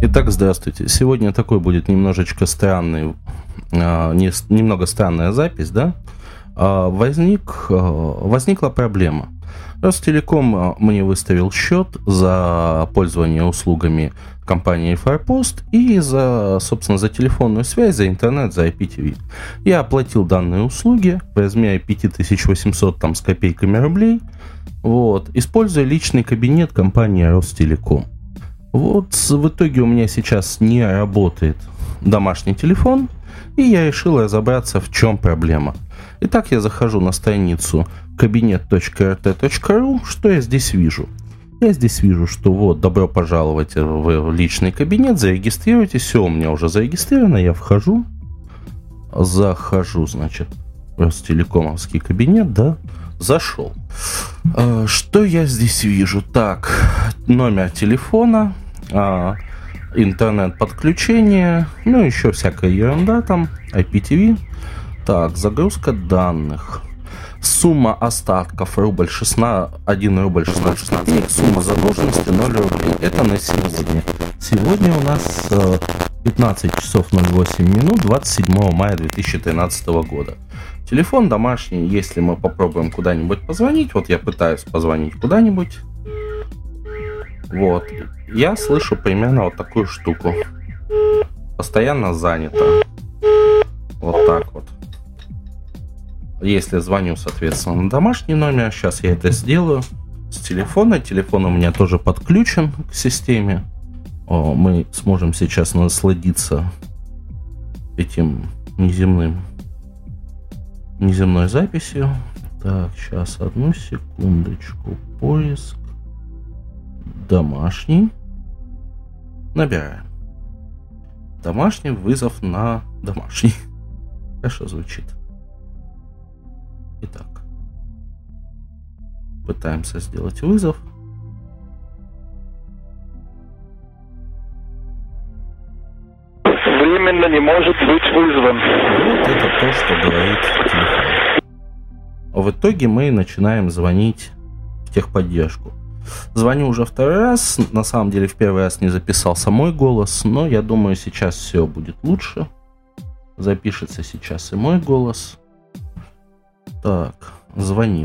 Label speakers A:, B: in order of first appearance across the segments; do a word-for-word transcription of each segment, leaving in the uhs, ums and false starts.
A: Итак, здравствуйте. Сегодня такой будет немножечко странный, э, не, немного странная запись, да? Э, возник, э, возникла проблема. Ростелеком мне выставил счет за пользование услугами компании Форпост и за, собственно, за телефонную связь, за интернет, за ай пи ти ви. Я оплатил данные услуги в размере пять тысяч восемьсот там, с копейками рублей, вот, используя личный кабинет компании Ростелеком. Вот в итоге у меня сейчас не работает домашний телефон, и я решил разобраться, в чем проблема. Итак, я захожу на страницу кабинет точка эр тэ точка ру. Что я здесь вижу? Я здесь вижу, что вот, добро пожаловать в личный кабинет, зарегистрируйтесь. Все у меня уже зарегистрировано, я вхожу. Захожу, значит, в Ростелекомовский кабинет, да, зашел. Что я здесь вижу? Так, номер телефона, интернет-подключение, ну, еще всякая ерунда там, ай пи ти ви. Так, загрузка данных. Сумма остатков рубль шестнадцать, один рубль шестнадцать копеек, сумма задолженности ноль рублей. Это на сегодня. Сегодня у нас пятнадцать часов ноль восемь минут, двадцать седьмого мая две тысячи тринадцатого года. Телефон домашний, если мы попробуем куда-нибудь позвонить, вот я пытаюсь позвонить куда-нибудь, вот, я слышу примерно вот такую штуку. Постоянно занято. Вот так вот. Если звоню, соответственно, на домашний номер, сейчас я это сделаю с телефона. Телефон у меня тоже подключен к системе. О, мы сможем сейчас насладиться этим неземным, неземной записью. Так, сейчас одну секундочку. Поиск. Домашний. Набираем. Домашний вызов на домашний. Хорошо звучит. Итак, пытаемся сделать вызов.
B: Временно не может быть вызван.
A: Вот это то, что говорит телефон. В итоге мы начинаем звонить в техподдержку. Звоню уже второй раз. На самом деле в первый раз не записался мой голос, но я думаю, сейчас все будет лучше. Запишется сейчас и мой голос. Так, звоним.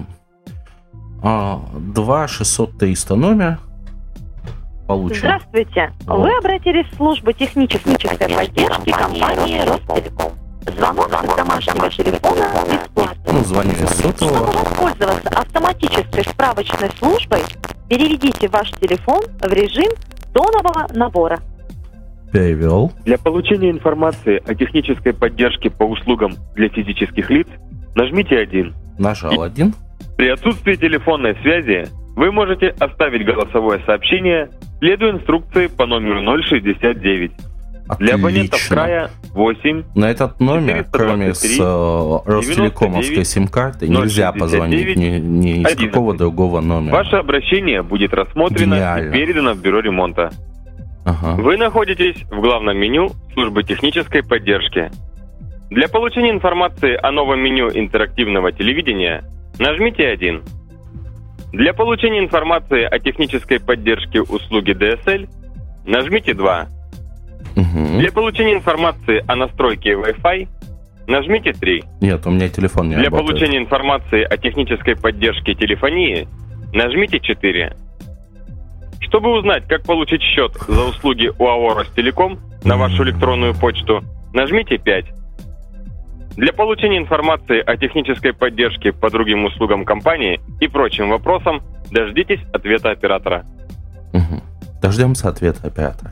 A: А, два шестьсот триста номер. Получим.
C: Здравствуйте.
A: Вот.
C: Вы обратились в службу технической поддержки компании Ростелеком. Звонок с домашнего телефона бесплатный.
A: Ну, звоню из сотового.
C: Чтобы воспользоваться автоматической справочной службой, переведите ваш телефон в режим тонового набора.
A: Перевел.
B: Для получения информации о технической поддержке по услугам для физических лиц нажмите один.
A: Нажал один.
B: При отсутствии телефонной связи вы можете оставить голосовое сообщение, следуя инструкции по номеру ноль шестьдесят девять.
A: Отлично.
B: Для абонентов края восемь.
A: На этот номер, кроме с э, Ростелекомовской сим-карты, нельзя позвонить ни, ни из какого другого номера.
B: Ваше обращение будет рассмотрено
A: Гениально.
B: и передано в бюро ремонта.
A: Ага.
B: Вы находитесь в главном меню службы технической поддержки. Для получения информации о новом меню интерактивного телевидения нажмите один. Для получения информации о технической поддержке услуги ди эс эл нажмите два.
A: Угу.
B: Для получения информации о настройке Wi-Fi нажмите три.
A: Нет, у меня телефон не
B: Для
A: работает.
B: получения информации о технической поддержке телефонии нажмите четыре. Чтобы узнать, как получить счет за услуги ОАО «Ростелеком» на вашу электронную почту, нажмите пять. Для получения информации о технической поддержке по другим услугам компании и прочим вопросам дождитесь ответа оператора.
A: Угу. Дождемся ответа оператора.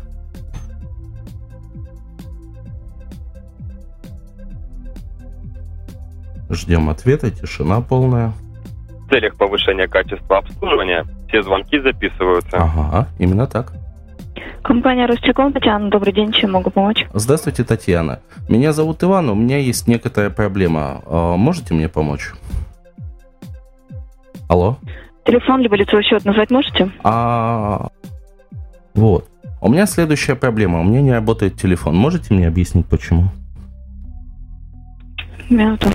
A: Ждем ответа, тишина полная.
B: В целях повышения качества обслуживания все звонки записываются.
A: Ага, именно так.
D: Компания Ростелеком, Татьяна, добрый день, чем могу помочь?
A: Здравствуйте, Татьяна. Меня зовут Иван, у меня есть некоторая проблема. А, можете мне помочь? Алло?
D: Телефон либо лицевой счет назвать можете?
A: А, вот. У меня следующая проблема. У меня не работает телефон. Можете мне объяснить, почему?
D: Минуту.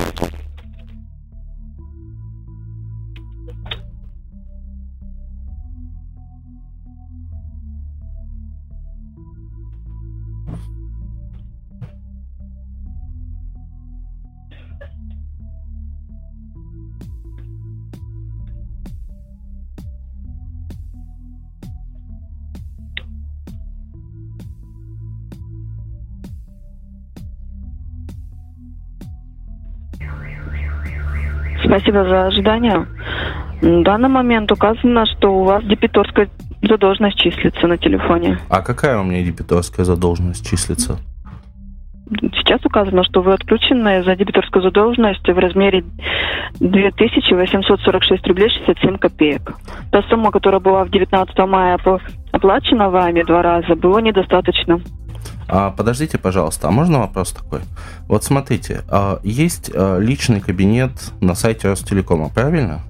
D: Спасибо за ожидание. В данный момент указано, что у вас дебиторская задолженность числится на телефоне.
A: А какая у меня дебиторская задолженность числится?
D: Сейчас указано, что вы отключены за дебиторскую задолженность в размере две тысячи восемьсот сорок шесть рублей шестьдесят семь копеек. Та сумма, которая была в девятнадцатого мая оплачена вами два раза, было недостаточно.
A: А, подождите, пожалуйста, а можно вопрос такой? Вот смотрите, а, есть а, личный кабинет на сайте Ростелекома, правильно?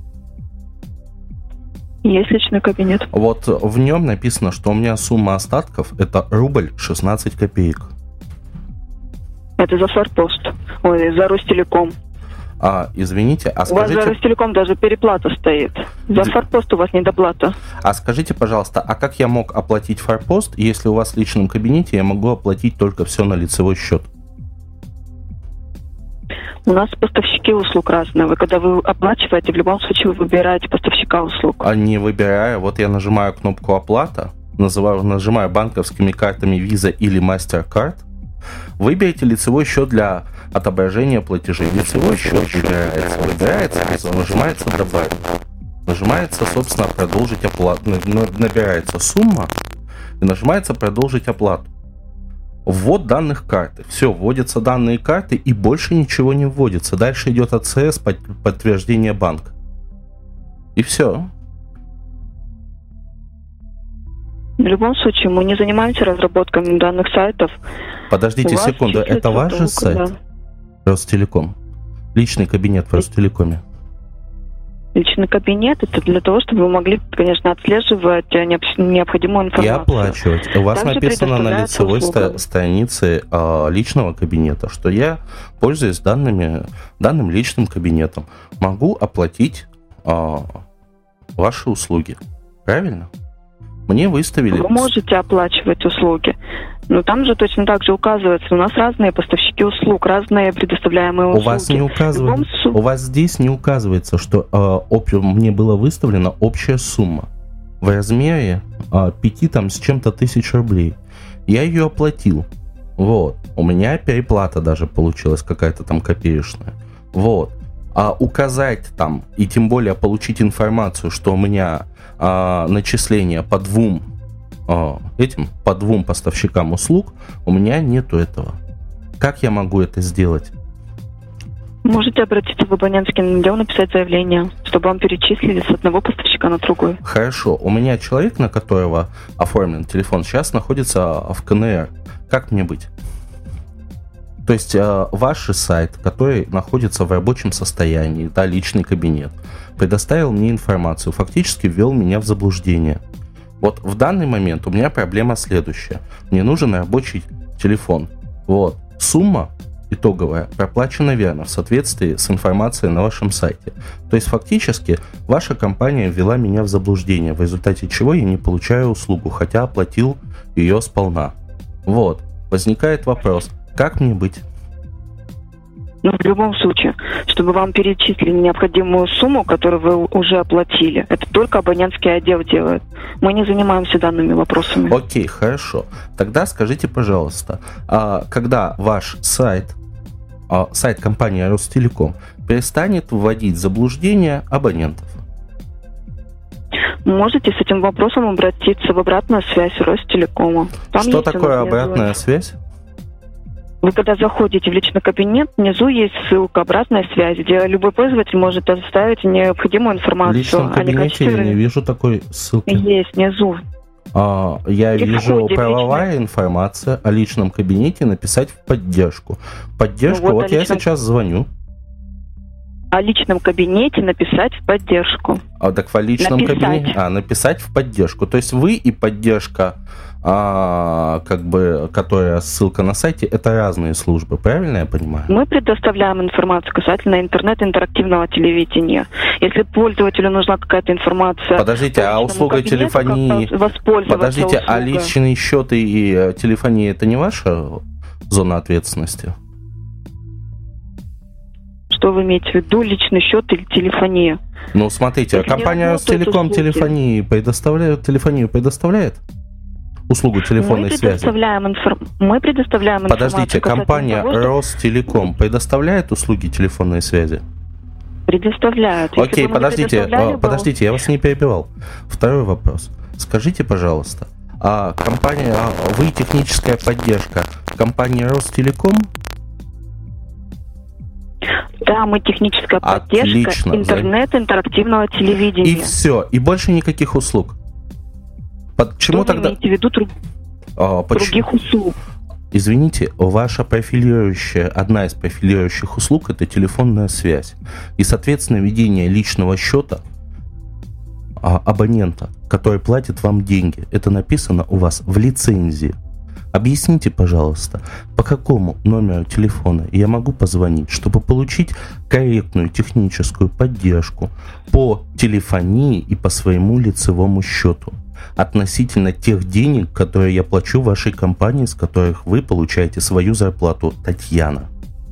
D: Есть личный кабинет.
A: Вот в нем написано, что у меня сумма остатков это рубль шестнадцать копеек.
D: Это за Форпост. Ой, за Ростелеком.
A: А, извините, а
D: У
A: скажите...
D: вас за Ростелеком даже переплата стоит. За
A: Д-
D: Форпост у вас недоплата.
A: А скажите, пожалуйста, а как я мог оплатить Форпост, если у вас в личном кабинете я могу оплатить только все на лицевой счет?
D: У нас поставщики услуг разные. Вы когда вы оплачиваете, в любом случае вы выбираете поставщика услуг.
A: А не выбирая, вот я нажимаю кнопку «Оплата», называю, нажимаю банковскими картами Visa или MasterCard, выберите лицевой счет для отображения платежей. Лицевой счет выбирается, выбирается, нажимается «Добавить». Нажимается, собственно, «Продолжить оплату». Набирается сумма и нажимается «Продолжить оплату». Ввод данных карты. Все, вводятся данные карты и больше ничего не вводится. Дальше идет А Цэ Эс, подтверждение банка. И все.
D: В любом случае, мы не занимаемся разработками данных сайтов.
A: Подождите секунду, это ваш же сайт?
D: Да.
A: Ростелеком. Личный кабинет в Ростелекоме.
D: Личный кабинет — это для того, чтобы вы могли, конечно, отслеживать необходимую информацию.
A: И оплачивать. У вас
D: Также
A: написано на лицевой ста- странице а, личного кабинета, что я, пользуясь данными, данным личным кабинетом, могу оплатить а, ваши услуги. Правильно? Мне выставили...
D: Вы можете оплачивать услуги. Но там же точно так же указывается, у нас разные поставщики услуг, разные предоставляемые услуги.
A: У вас не указывается,
D: любом...
A: у вас здесь не указывается, что э, об, мне была выставлена общая сумма в размере э, пяти там с чем-то тысяч рублей. Я ее оплатил. Вот. У меня переплата даже получилась какая-то там копеечная. Вот. А указать там, и тем более получить информацию, что у меня э, начисление по двум этим по двум поставщикам услуг, у меня нету этого. Как я могу это сделать?
D: Можете обратиться в абонентский отдел, написать заявление, чтобы вам перечислили с одного поставщика на другой.
A: Хорошо. У меня человек, на которого оформлен телефон, сейчас находится в Ка Эн Эр. Как мне быть? То есть э, ваш сайт, который находится в рабочем состоянии, да, личный кабинет, предоставил мне информацию, фактически ввел меня в заблуждение. Вот в данный момент у меня проблема следующая. Мне нужен рабочий телефон. Вот. Сумма итоговая проплачена верно в соответствии с информацией на вашем сайте. То есть фактически ваша компания ввела меня в заблуждение, в результате чего я не получаю услугу, хотя оплатил ее сполна. Вот. Возникает вопрос, как мне быть?
D: Но в любом случае, чтобы вам перечислили необходимую сумму, которую вы уже оплатили, это только абонентский отдел делает. Мы не занимаемся данными вопросами.
A: Окей, хорошо. Тогда скажите, пожалуйста, а когда ваш сайт, а, сайт компании Ростелеком перестанет вводить в заблуждение абонентов?
D: Можете с этим вопросом обратиться в обратную связь Ростелекома. Там
A: Что такое обратная связь?
D: Вы когда заходите в личный кабинет, внизу есть ссылка «Обратная связь», где любой пользователь может оставить необходимую информацию.
A: В личном кабинете я не вижу такой ссылки.
D: Есть, внизу.
A: А, я
D: При
A: вижу правовая
D: личной...
A: информация о личном кабинете, написать в поддержку. Поддержку, ну, вот, вот я личном... сейчас звоню.
D: О личном кабинете написать в поддержку.
A: А так в личном
D: написать.
A: кабинете... А, написать в поддержку. То есть вы и поддержка, а, как бы, которая ссылка на сайте, это разные службы, правильно я понимаю?
D: Мы предоставляем информацию касательно интернет-интерактивного телевидения. Если пользователю нужна какая-то информация...
A: Подождите, а услуга телефонии... Подождите,
D: услугой.
A: А личные счеты и телефония это не ваша зона ответственности?
D: Что вы имеете в виду, личный счет или телефония?
A: Ну, смотрите,
D: Если
A: компания Ростелеком телефонии предоставляет, телефонию предоставляет? Услугу телефонной
D: мы
A: связи?
D: Инфор... Мы предоставляем информацию.
A: Подождите, компания
D: того, что...
A: Ростелеком предоставляет услуги телефонной связи?
D: предоставляют. Если
A: Окей,
D: бы мы не
A: подождите,
D: предоставляли
A: а,
D: бы-
A: подождите, я вас не перебивал. Второй вопрос. Скажите, пожалуйста, а компания, а вы техническая поддержка компании Ростелеком?
D: Да, мы техническая поддержка,
A: Отлично.
D: интернет, интерактивного телевидения.
A: И все, и больше никаких услуг. Почему
D: Что вы
A: тогда?
D: имеете в виду друг-
A: А, почему?
D: других услуг?
A: Извините, ваша профилирующая, одна из профилирующих услуг – это телефонная связь. И, соответственно, ведение личного счета а, абонента, который платит вам деньги. Это написано у вас в лицензии. Объясните, пожалуйста, по какому номеру телефона я могу позвонить, чтобы получить корректную техническую поддержку по телефонии и по своему лицевому счету относительно тех денег, которые я плачу вашей компании, с которых вы получаете свою зарплату, Татьяна.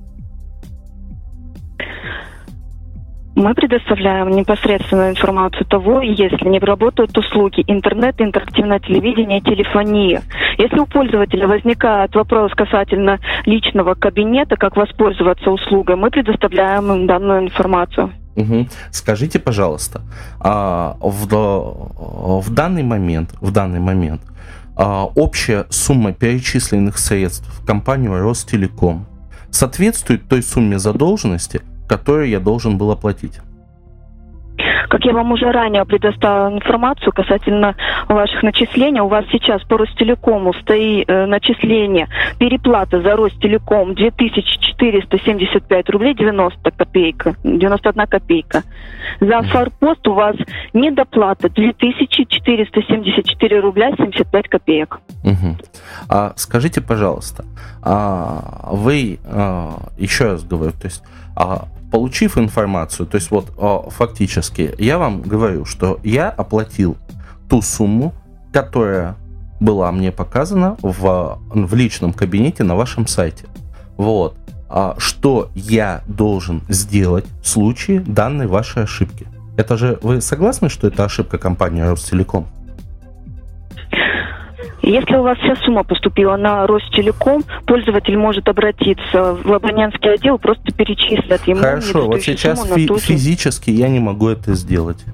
D: Мы предоставляем непосредственную информацию того, если не работают услуги интернет, интерактивное телевидение, телефония. Если у пользователя возникает вопрос касательно личного кабинета, как воспользоваться услугой, мы предоставляем им данную информацию.
A: Угу. Скажите, пожалуйста, а, в, в данный момент, в данный момент а, общая сумма перечисленных средств в компанию Ростелеком соответствует той сумме задолженности, которую я должен был оплатить?
D: Как я вам уже ранее предоставила информацию касательно ваших начислений, у вас сейчас по Ростелекому стоит э, начисление переплата за Ростелеком две тысячи четыреста семьдесят пять рублей девяносто копеек, девяносто одна копейка. За форпост у вас недоплата две тысячи четыреста семьдесят четыре рубля семьдесят пять копеек.
A: Угу. А скажите, пожалуйста, а вы, а, еще раз говорю, то есть а, получив информацию, то есть вот а, фактически я вам говорю, что я оплатил ту сумму, которая была мне показана в, в личном кабинете на вашем сайте. Вот. А что я должен сделать в случае данной вашей ошибки? Это же вы согласны, что это ошибка компании Ростелеком?
D: Если у вас вся сумма поступила на Ростелеком, пользователь может обратиться в абонентский отдел, просто перечислят ему.
A: Хорошо, вот сейчас фи- физически я не могу это сделать.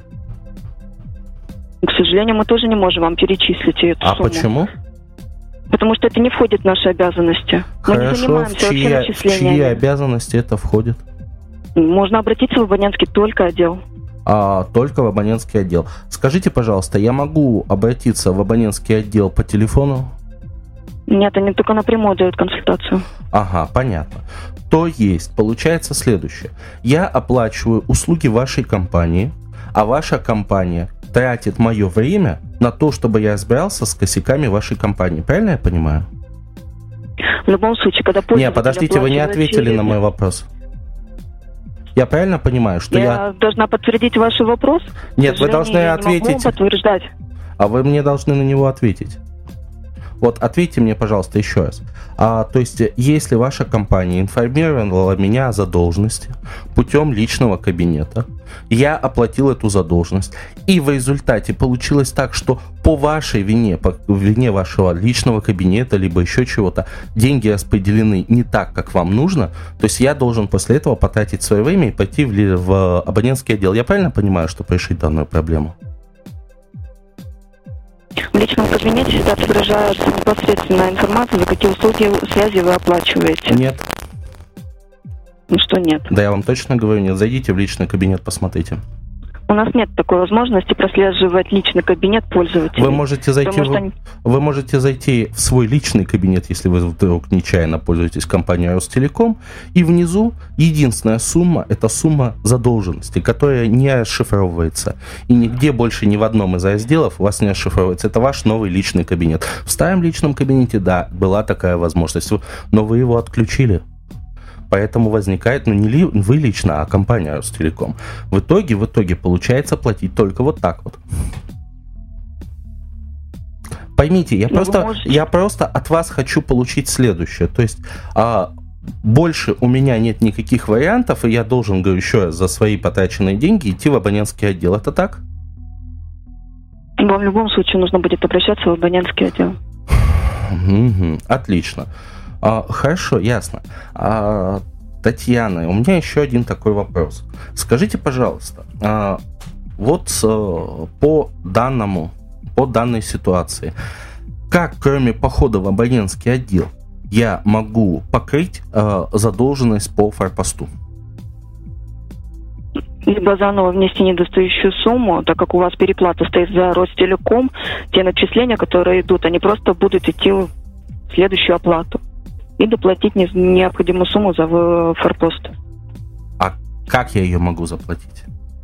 D: К сожалению, мы тоже не можем вам перечислить эту
A: а
D: сумму.
A: А почему?
D: Потому что это не входит в наши обязанности. Мы
A: Хорошо,
D: не занимаемся
A: в чьи,
D: вообще начислениями.
A: в чьи обязанности это входит?
D: Можно обратиться в абонентский только отдел.
A: А, только в абонентский отдел. Скажите, пожалуйста, я могу обратиться в абонентский отдел по телефону?
D: Нет, они только напрямую дают консультацию.
A: Ага, понятно. То есть, получается следующее. Я оплачиваю услуги вашей компании, а ваша компания тратит мое время на то, чтобы я разбирался с косяками вашей компании. Правильно я понимаю?
D: В любом случае, когда пользователь...
A: Нет, подождите, вы не ответили
D: через...
A: на мой вопрос. Я правильно понимаю, что я...
D: Я должна подтвердить ваш вопрос?
A: Нет, вы должны
D: я
A: ответить...
D: не могу подтверждать.
A: А вы мне должны на него ответить. Вот ответьте мне, пожалуйста, еще раз. А, то есть, если ваша компания информировала меня о задолженности путем личного кабинета, я оплатил эту задолженность, и в результате получилось так, что по вашей вине, по вине вашего личного кабинета, либо еще чего-то, деньги распределены не так, как вам нужно, то есть я должен после этого потратить свое время и пойти в, в абонентский отдел. Я правильно понимаю, чтобы решить данную проблему?
D: В личном кабинете всегда отображается непосредственная информация, за какие услуги связи вы оплачиваете.
A: Нет.
D: Ну что нет?
A: Да я вам точно говорю, нет. Зайдите в личный кабинет, посмотрите.
D: У нас нет такой возможности прослеживать личный кабинет пользователя.
A: Вы можете зайти, в, они... вы можете зайти в свой личный кабинет, если вы вдруг нечаянно пользуетесь компанией Ростелеком, и внизу единственная сумма – это сумма задолженности, которая не расшифровывается. И нигде больше ни в одном из разделов у вас не расшифровывается. Это ваш новый личный кабинет. В старом личном кабинете, да, была такая возможность, но вы его отключили. Поэтому возникает, ну не ли, вы лично, а компания Ростелеком. В итоге, в итоге получается платить только вот так вот. Поймите, я, просто, можете... я просто от вас хочу получить следующее. То есть а, больше у меня нет никаких вариантов, и я должен, говорю еще раз, за свои потраченные деньги идти в абонентский отдел. Это так?
D: Вам в любом случае нужно будет обращаться в абонентский отдел.
A: Угу, отлично. А, хорошо, ясно. А, Татьяна, у меня еще один такой вопрос. Скажите, пожалуйста, а, вот а, по данному, по данной ситуации, как, кроме похода в абонентский отдел, я могу покрыть а, задолженность по форпосту?
D: Либо заново внести недостающую сумму, так как у вас переплата стоит за Ростелеком, те начисления, которые идут, они просто будут идти в следующую оплату. И доплатить необходимую сумму за форпост.
A: А как я ее могу заплатить?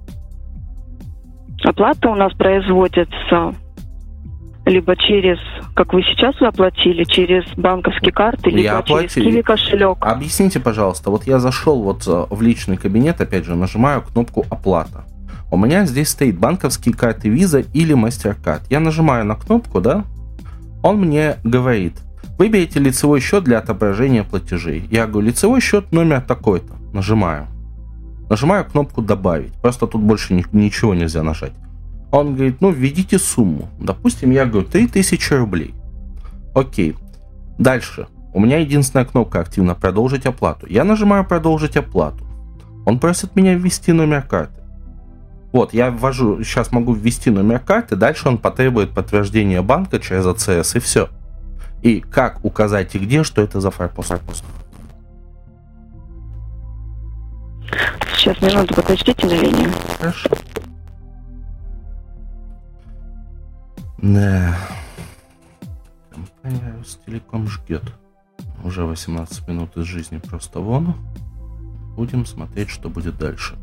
D: Оплата у нас производится либо через, как вы сейчас оплатили, через банковские карты, либо
A: я
D: через
A: оплатил.
D: Киви кошелек.
A: Объясните, пожалуйста, вот я зашел вот в личный кабинет, опять же, нажимаю кнопку «Оплата». У меня здесь стоит банковские карты Visa или MasterCard. Я нажимаю на кнопку, да? Он мне говорит: выберите лицевой счет для отображения платежей. Я говорю, лицевой счет номер такой-то. Нажимаю. Нажимаю кнопку «Добавить». Просто тут больше ни- ничего нельзя нажать. Он говорит, ну, введите сумму. Допустим, я говорю, три тысячи рублей. Окей. Дальше. У меня единственная кнопка активна «Продолжить оплату». Я нажимаю «Продолжить оплату». Он просит меня ввести номер карты. Вот, я ввожу, сейчас могу ввести номер карты. Дальше он потребует подтверждения банка через эй си эс и все. И как указать и где, что это за форпост?
D: Сейчас, минуту, подождите на линию.
A: Хорошо. Да. Компания Ростелеком ждет. Уже восемнадцать минут из жизни просто вон. Будем смотреть, что будет дальше.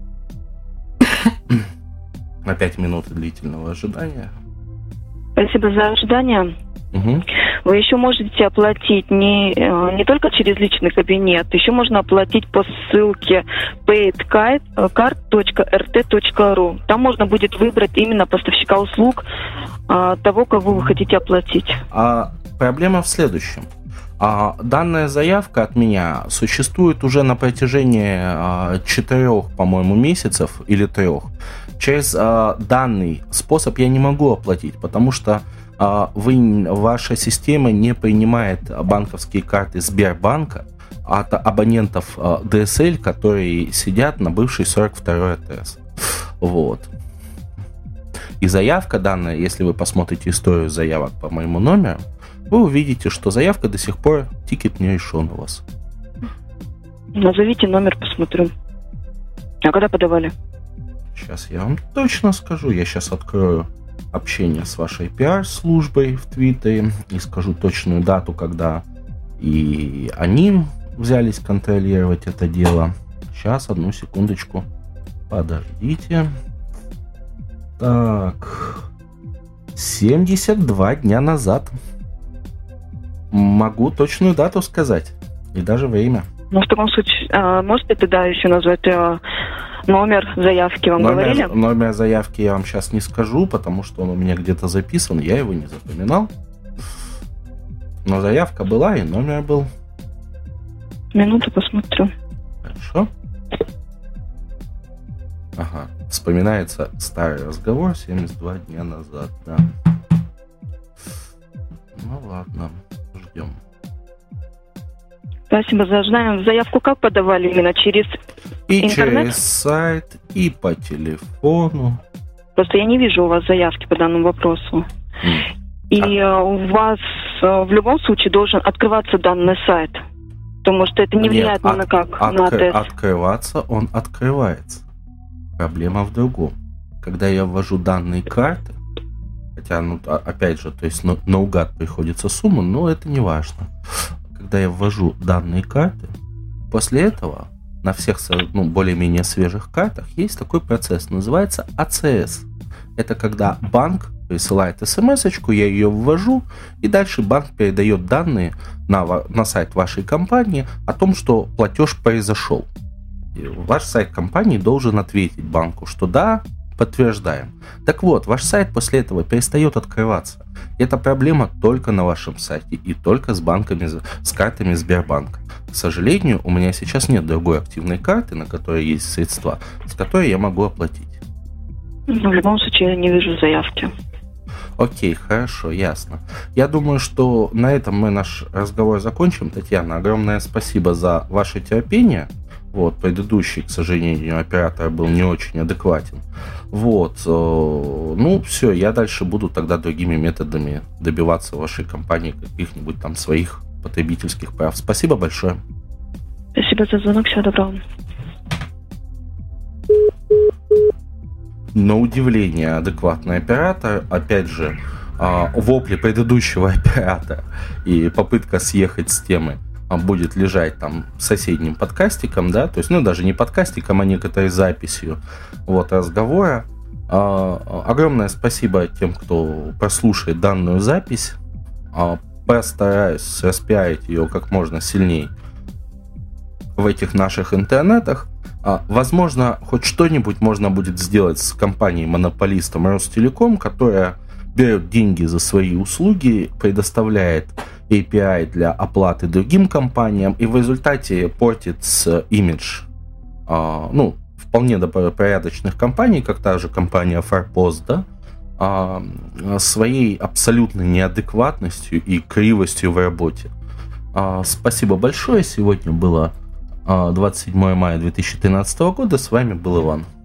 A: Опять минуты длительного ожидания.
D: Спасибо за ожидание.
A: Угу.
D: Вы еще можете оплатить не, не только через личный кабинет, еще можно оплатить по ссылке paidcard точка эр тэ точка ру. Там можно будет выбрать именно поставщика услуг а, того, кого вы хотите оплатить.
A: А проблема в следующем. А, данная заявка от меня существует уже на протяжении а, четырех, по-моему, месяцев или трех. Через а, данный способ я не могу оплатить, потому что Вы, ваша система не принимает банковские карты Сбербанка от абонентов ди эс эл, которые сидят на бывшей сорок второй АТС. Вот. И заявка данная, если вы посмотрите историю заявок по моему номеру, вы увидите, что заявка до сих пор, тикет не решен у вас.
D: Назовите номер, посмотрю. А когда подавали?
A: Сейчас я вам точно скажу. Я сейчас открою общение с вашей пиар-службой в Твиттере и скажу точную дату, когда и они взялись контролировать это дело. Сейчас, одну секундочку. Подождите. Так. семьдесят два дня назад. Могу точную дату сказать. И даже время.
D: Ну, в таком случае, а, можете тогда еще назвать а, номер заявки, вам
A: номер,
D: говорили?
A: Номер заявки я вам сейчас не скажу, потому что он у меня где-то записан, я его не запоминал. Но заявка была и номер был.
D: Минуту посмотрю.
A: Хорошо. Ага. Вспоминается старый разговор семьдесят два дня назад, да. Ну ладно, ждем.
D: Спасибо за ожидание. Заявку как подавали? Именно через
A: и
D: интернет?
A: через сайт, и по телефону.
D: Просто я не вижу у вас заявки по данному вопросу.
A: Mm.
D: И а... у вас в любом случае должен открываться данный сайт. Потому что это не влияет
A: Нет,
D: ни на как,
A: от,
D: на АТС.
A: Открываться он открывается. Проблема в другом. Когда я ввожу данные карты, хотя, ну, опять же, то есть на, наугад приходится сумма, но это не важно. Когда я ввожу данные карты, после этого на всех, ну, более-менее свежих картах есть такой процесс, называется эй си эс. Это когда банк присылает смс-очку, я ее ввожу, и дальше банк передает данные на, на сайт вашей компании о том, что платеж произошел. И ваш сайт компании должен ответить банку, что да, подтверждаем. Так вот, ваш сайт после этого перестает открываться. Эта проблема только на вашем сайте и только с банками, с картами Сбербанка. К сожалению, у меня сейчас нет другой активной карты, на которой есть средства, с которой я могу оплатить.
D: Ну, в любом случае, я не вижу заявки.
A: Окей, хорошо, ясно. Я думаю, что на этом мы наш разговор закончим. Татьяна, огромное спасибо за ваше терпение. Вот, предыдущий, к сожалению, оператор был не очень адекватен. Вот, ну, все, я дальше буду тогда другими методами добиваться в вашей компании каких-нибудь там своих потребительских прав. Спасибо большое.
D: Спасибо за звонок, всего доброго.
A: На удивление адекватный оператор, опять же, вопли предыдущего оператора и попытка съехать с темы будет лежать там соседним подкастиком, да, то есть, ну, даже не подкастиком, а некоторой записью вот разговора. Огромное спасибо тем, кто прослушает данную запись. Постараюсь распиарить ее как можно сильнее в этих наших интернетах. Возможно, хоть что-нибудь можно будет сделать с компанией-монополистом Ростелеком, которая берет деньги за свои услуги, предоставляет эй пи ай для оплаты другим компаниям и в результате портит имидж, ну, вполне добропорядочных компаний, как та же компания Форпост, да, своей абсолютной неадекватностью и кривостью в работе. Спасибо большое. Сегодня было двадцать седьмое мая две тысячи тринадцатого года. С вами был Иван.